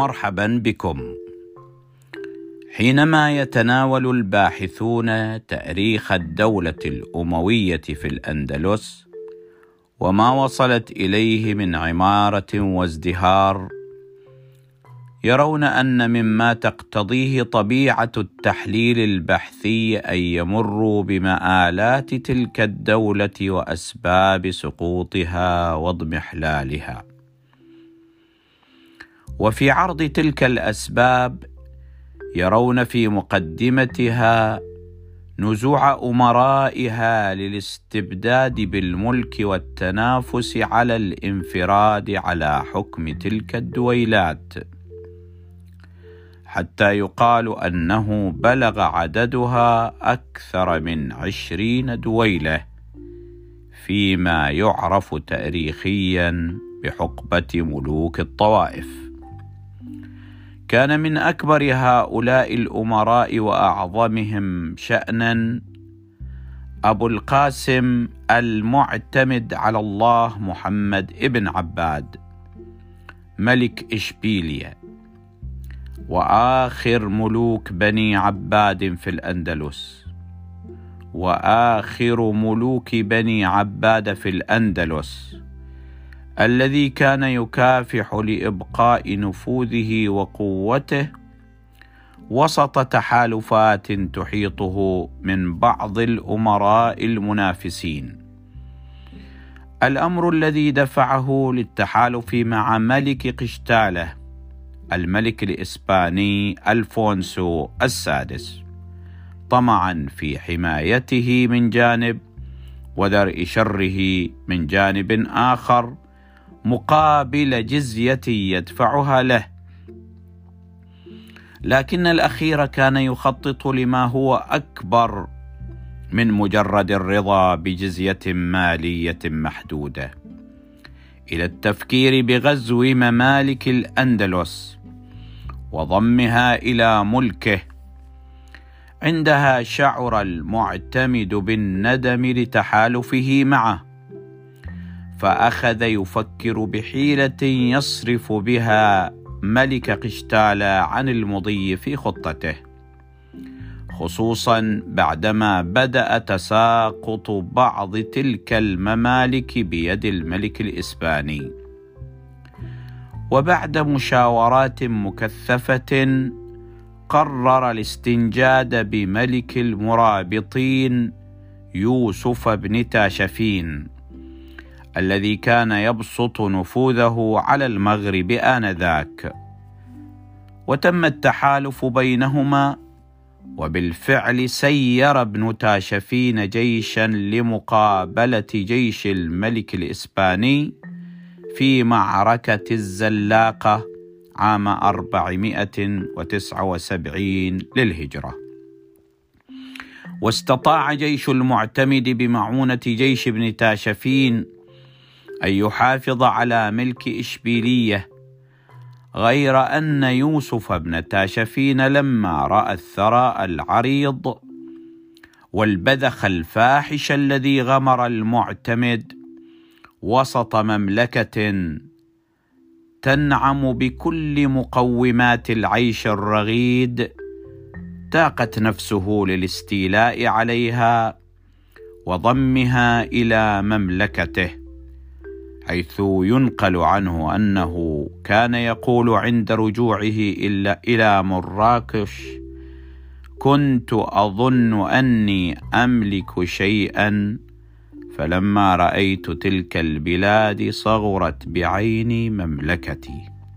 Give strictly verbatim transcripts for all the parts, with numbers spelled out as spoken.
مرحبا بكم. حينما يتناول الباحثون تاريخ الدولة الأموية في الأندلس وما وصلت إليه من عمارة وازدهار، يرون أن مما تقتضيه طبيعة التحليل البحثي أن يمروا بمآلات تلك الدولة وأسباب سقوطها واضمحلالها، وفي عرض تلك الأسباب يرون في مقدمتها نزوع أمرائها للاستبداد بالملك والتنافس على الانفراد على حكم تلك الدويلات، حتى يقال أنه بلغ عددها أكثر من عشرين دويلة فيما يعرف تاريخيا بحقبة ملوك الطوائف. كان من أكبر هؤلاء الأمراء وأعظمهم شأنا أبو القاسم المعتمد على الله محمد ابن عباد ملك إشبيلية، وآخر ملوك بني عباد في الأندلس، وآخر ملوك بني عباد في الأندلس، الذي كان يكافح لإبقاء نفوذه وقوته وسط تحالفات تحيطه من بعض الأمراء المنافسين. الأمر الذي دفعه للتحالف مع ملك قشتالة الملك الإسباني ألفونسو السادس، طمعا في حمايته من جانب ودرء شره من جانب آخر، مقابل جزية يدفعها له. لكن الأخير كان يخطط لما هو أكبر من مجرد الرضا بجزية مالية محدودة، إلى التفكير بغزو ممالك الأندلس وضمها إلى ملكه. عندها شعر المعتمد بالندم لتحالفه معه، فأخذ يفكر بحيلة يصرف بها ملك قشتالة عن المضي في خطته، خصوصا بعدما بدأ تساقط بعض تلك الممالك بيد الملك الإسباني. وبعد مشاورات مكثفة قرر الاستنجاد بملك المرابطين يوسف بن تاشفين، الذي كان يبسط نفوذه على المغرب آنذاك، وتم التحالف بينهما. وبالفعل سير ابن تاشفين جيشا لمقابلة جيش الملك الإسباني في معركة الزلاقة عام أربعمائة وتسعة وسبعين للهجرة. واستطاع جيش المعتمد بمعونة جيش ابن تاشفين أن يحافظ على ملك إشبيلية، غير أن يوسف بن تاشفين لما رأى الثراء العريض والبذخ الفاحش الذي غمر المعتمد وسط مملكة تنعم بكل مقومات العيش الرغيد، تاقت نفسه للاستيلاء عليها وضمها إلى مملكته، حيث ينقل عنه أنه كان يقول عند رجوعه إلى مراكش: كنت أظن أني أملك شيئا، فلما رأيت تلك البلاد صغرت بعيني مملكتي.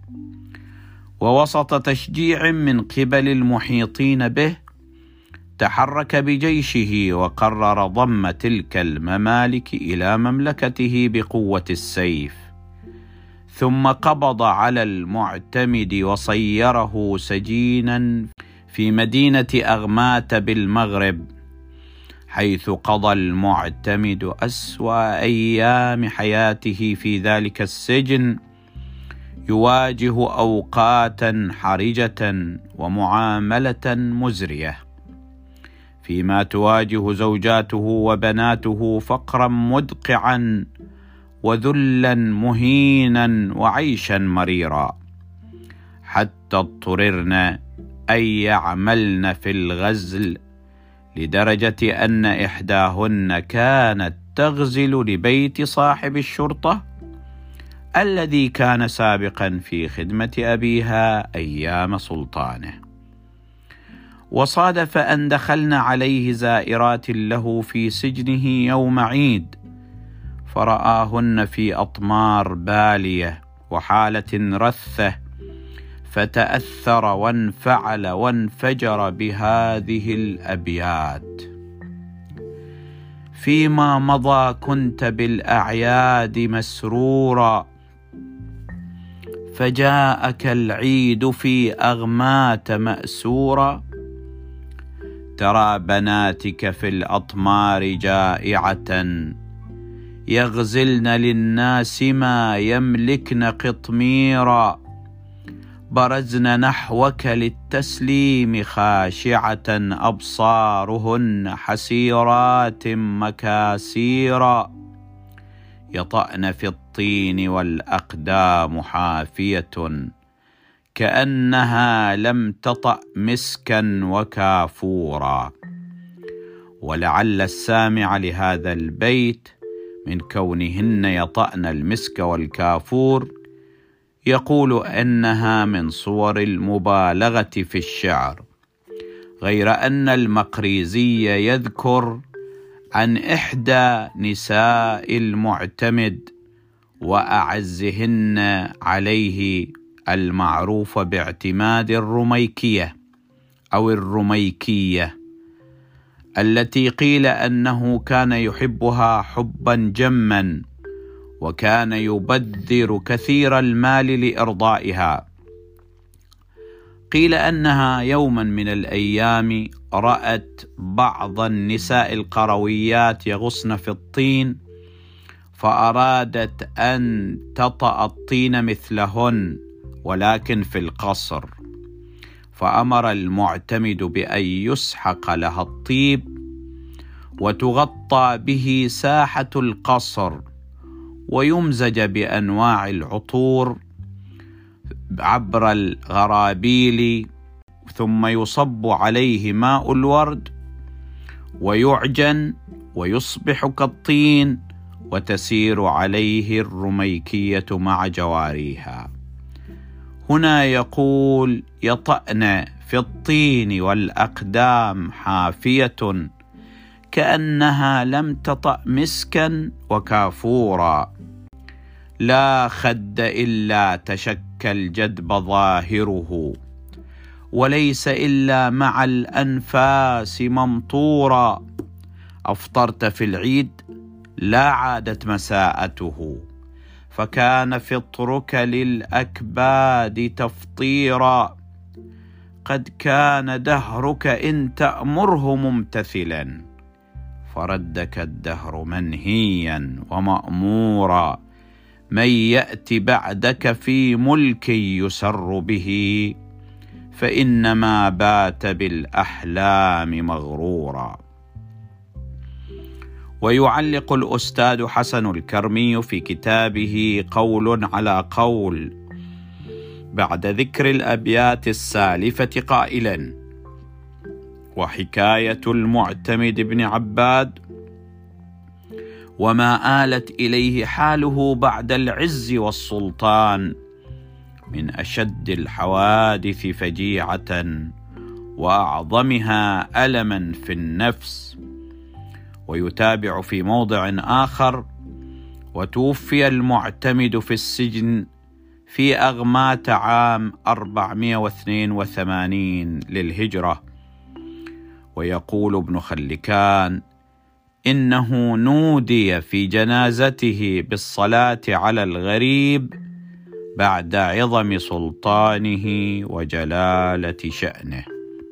ووسط تشجيع من قبل المحيطين به تحرك بجيشه وقرر ضم تلك الممالك إلى مملكته بقوة السيف، ثم قبض على المعتمد وصيره سجينا في مدينة أغمات بالمغرب، حيث قضى المعتمد أسوأ أيام حياته في ذلك السجن، يواجه أوقاتا حرجة ومعاملة مزرية، فيما تواجه زوجاته وبناته فقرا مدقعا وذلا مهينا وعيشا مريرا، حتى اضطررن أن يعملن في الغزل، لدرجة أن إحداهن كانت تغزل لبيت صاحب الشرطة الذي كان سابقا في خدمة أبيها أيام سلطانه. وصادف أن دخلن عليه زائرات له في سجنه يوم عيد، فرآهن في أطمار بالية وحالة رثة، فتأثر وانفعل وانفجر بهذه الأبيات: فيما مضى كنت بالأعياد مسرورا، فجاءك العيد في أغمات مأسورا، ترى بناتك في الأطمار جائعة، يغزلن للناس ما يملكن قطميرا، برزن نحوك للتسليم خاشعة، أبصارهن حسيرات مكاسيرا، يطأن في الطين والأقدام حافية، كأنها لم تطأ مسكا وكافورا. ولعل السامع لهذا البيت من كونهن يطأن المسك والكافور يقول إنها من صور المبالغة في الشعر، غير أن المقريزي يذكر عن إحدى نساء المعتمد وأعزهن عليه المعروف باعتماد الرميكية أو الرميكية، التي قيل أنه كان يحبها حبا جما، وكان يبذر كثير المال لإرضائها. قيل أنها يوما من الأيام رأت بعض النساء القرويات يغصن في الطين، فأرادت أن تطأ الطين مثلهن ولكن في القصر، فأمر المعتمد بأن يسحق لها الطيب وتغطى به ساحة القصر، ويمزج بأنواع العطور عبر الغرابيل، ثم يصب عليه ماء الورد ويعجن ويصبح كالطين، وتسير عليه الرميكية مع جواريها. هنا يقول: يطأن في الطين والأقدام حافية، كأنها لم تطأ مسكا وكافورا، لا خد إلا تشكى الجدب ظاهره، وليس إلا مع الأنفاس ممطورا، أفطرت في العيد لا عادت مساءته، فكان فطرك للأكباد تفطيرا، قد كان دهرك إن تأمره ممتثلا، فردك الدهر منهيا ومأمورا، من يأتي بعدك في ملك يسر به، فإنما بات بالأحلام مغرورا. ويعلق الأستاذ حسن الكرمي في كتابه قول على قول بعد ذكر الأبيات السالفة قائلا: وحكاية المعتمد بن عباد وما آلت إليه حاله بعد العز والسلطان من أشد الحوادث فجيعة وأعظمها ألما في النفس. ويتابع في موضع آخر: وتوفي المعتمد في السجن في أغمات عام أربعمائة واثنين وثمانين للهجرة. ويقول ابن خلكان: إنه نودي في جنازته بالصلاة على الغريب بعد عظم سلطانه وجلالة شأنه.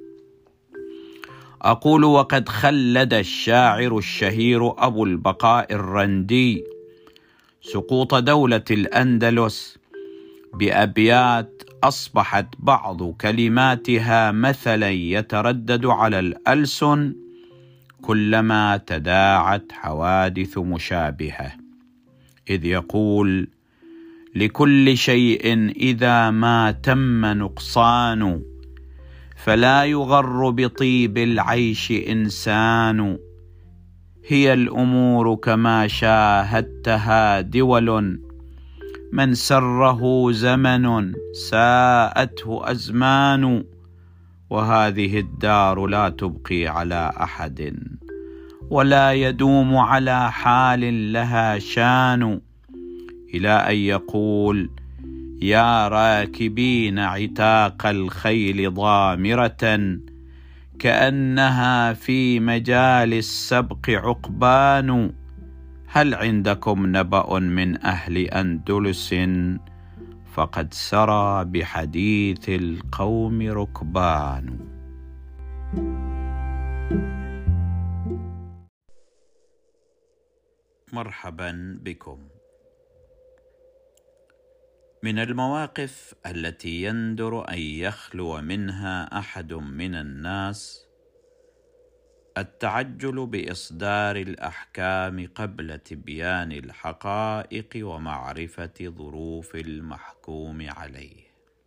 أقول: وقد خلد الشاعر الشهير أبو البقاء الرندي سقوط دولة الأندلس بأبيات أصبحت بعض كلماتها مثلا يتردد على الألسن كلما تداعت حوادث مشابهة، إذ يقول: لكل شيء إذا ما تم نقصان، فلا يغر بطيب العيش إنسان. هي الأمور كما شاهدتها دول، من سره زمن ساءته أزمان. وهذه الدار لا تبقي على أحد، ولا يدوم على حال لها شان. إلى أن يقول: يا راكبين عتاق الخيل ضامرة، كأنها في مجال السبق عقبان. هل عندكم نبأ من أهل أندلس؟ فقد سرى بحديث القوم ركبان. مرحبا بكم. من المواقف التي يندر أن يخلو منها أحد من الناس التعجل بإصدار الأحكام قبل تبيان الحقائق ومعرفة ظروف المحكوم عليه.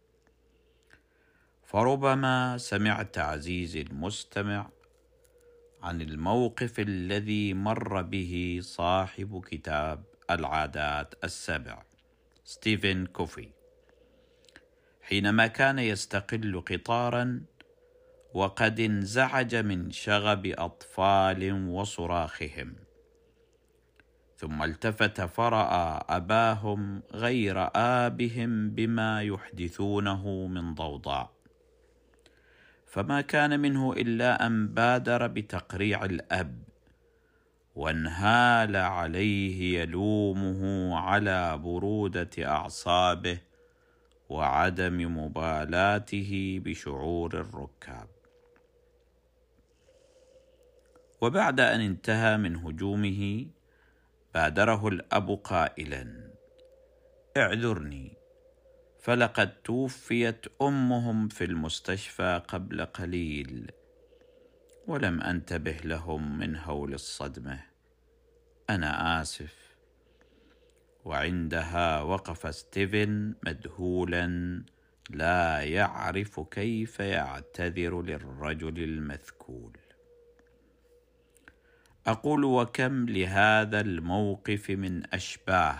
فربما سمعت عزيزي المستمع عن الموقف الذي مر به صاحب كتاب العادات السبع ستيفن كوفي، حينما كان يستقل قطارا وقد انزعج من شغب أطفال وصراخهم، ثم التفت فرأى أباهم غير آبهم بما يحدثونه من ضوضاء، فما كان منه إلا أن بادر بتقريع الأب وانهال عليه يلومه على برودة أعصابه وعدم مبالاته بشعور الركاب. وبعد أن انتهى من هجومه بادره الأب قائلا: اعذرني، فلقد توفيت أمهم في المستشفى قبل قليل، ولم أنتبه لهم من هول الصدمة، أنا آسف. وعندها وقف ستيفن مذهولا لا يعرف كيف يعتذر للرجل المذكول. أقول: وكم لهذا الموقف من أشباه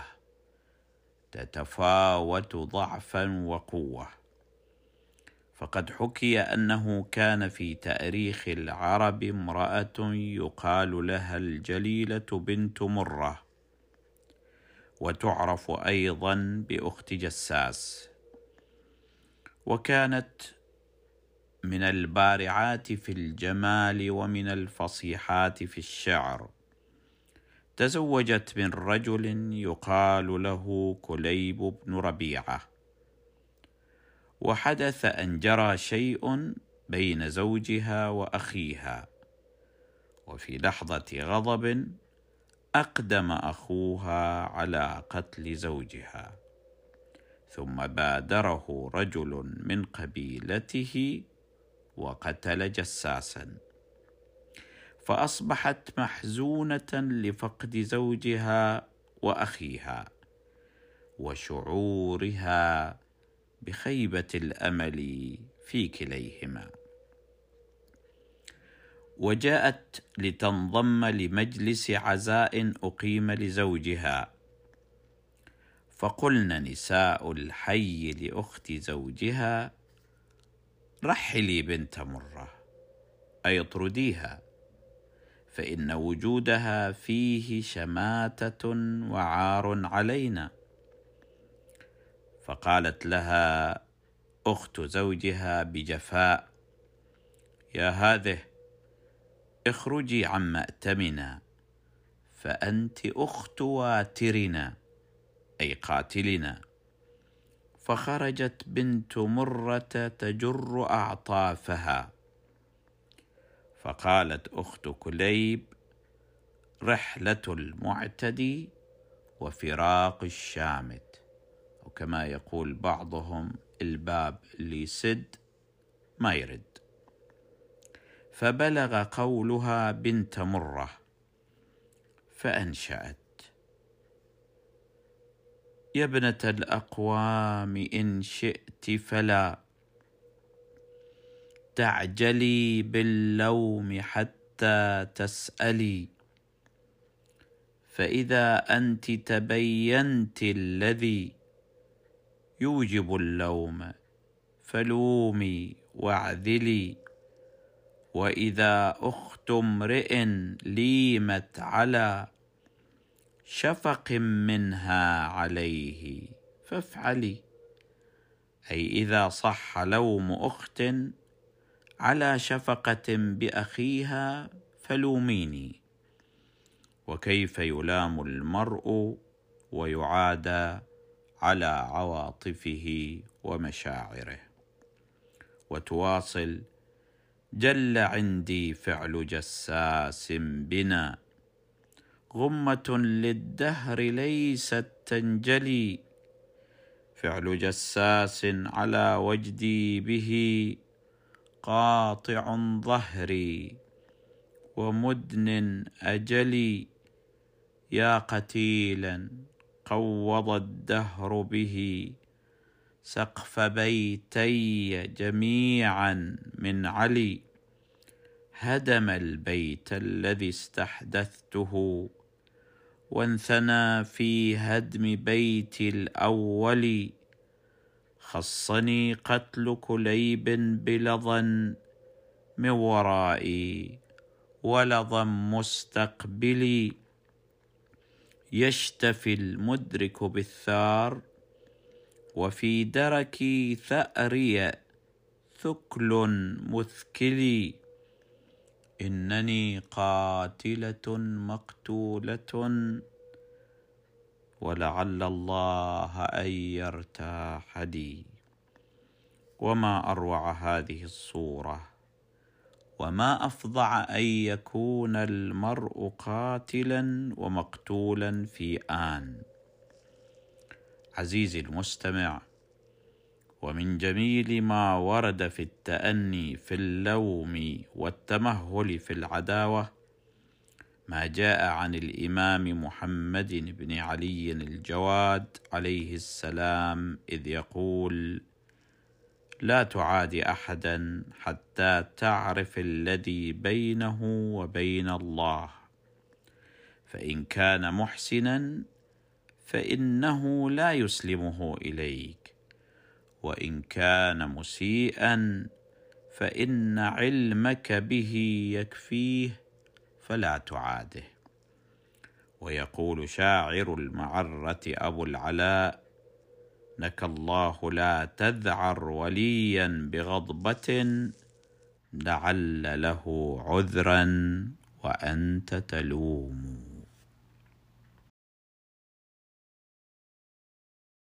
تتفاوت ضعفا وقوة. فقد حكي أنه كان في تاريخ العرب امرأة يقال لها الجليلة بنت مرة، وتعرف أيضا بأخت جساس، وكانت من البارعات في الجمال ومن الفصيحات في الشعر. تزوجت من رجل يقال له كليب بن ربيعة، وحدث أن جرى شيء بين زوجها وأخيها، وفي لحظة غضب أقدم أخوها على قتل زوجها، ثم بادره رجل من قبيلته وقتل جساسا، فأصبحت محزونة لفقد زوجها وأخيها وشعورها بخيبة الأمل في كليهما، وجاءت لتنضم لمجلس عزاء أقيم لزوجها. فقلن نساء الحي لأخت زوجها: رحلي بنت مرة، أي اطرديها، فإن وجودها فيه شماتة وعار علينا. فقالت لها أخت زوجها بجفاء: يا هذه، اخرجي عن مأتمنا، فأنت أخت واترنا، أي قاتلنا. فخرجت بنت مرة تجر أعطافها، فقالت أخت كليب: رحلة المعتدي وفراق الشامت، وكما يقول بعضهم: الباب اللي يسد ما يرد. فبلغ قولها بنت مرة، فأنشأت: يا ابنة الأقوام إن شئت فلا تعجلي باللوم حتى تسألي، فإذا أنت تبينت الذي يوجب اللوم فلومي واعذلي، وإذا أخت امرئ ليمت على شفق منها عليه فافعلي، أي إذا صح لوم أخت على شفقة بأخيها فلوميني. وكيف يلام المرء ويعادى على عواطفه ومشاعره. وتواصل: جل عندي فعل جساس بنا، غمة للدهر ليست تنجلي، فعل جساس على وجدي به قاطع ظهري ومدن أجلي، يا قتيلا قوض الدهر به سقف بيتي جميعا من علي، هدم البيت الذي استحدثته وانثنى في هدم بيتي الأول، خصني قتل كليب بلظى من ورائي ولظى مستقبلي، يشتفي المدرك بالثار وفي دركي ثأري ثكل مثكلي، إنني قاتلة مقتولة ولعل الله أن يرتاح لي. وما أروع هذه الصورة، وما أفظع أن يكون المرء قاتلا ومقتولا في آن. عزيزي المستمع، ومن جميل ما ورد في التأني في اللوم والتمهل في العداوة ما جاء عن الإمام محمد بن علي الجواد عليه السلام إذ يقول: لا تعاد أحدا حتى تعرف الذي بينه وبين الله، فإن كان محسنا فإنه لا يسلمه إليك، وإن كان مسيئا فإن علمك به يكفيه فلا تعاده. ويقول شاعر المعرة أبو العلاء: نك الله لا تذعر وليا بغضبة لعل له عذرا وأنت تلوم.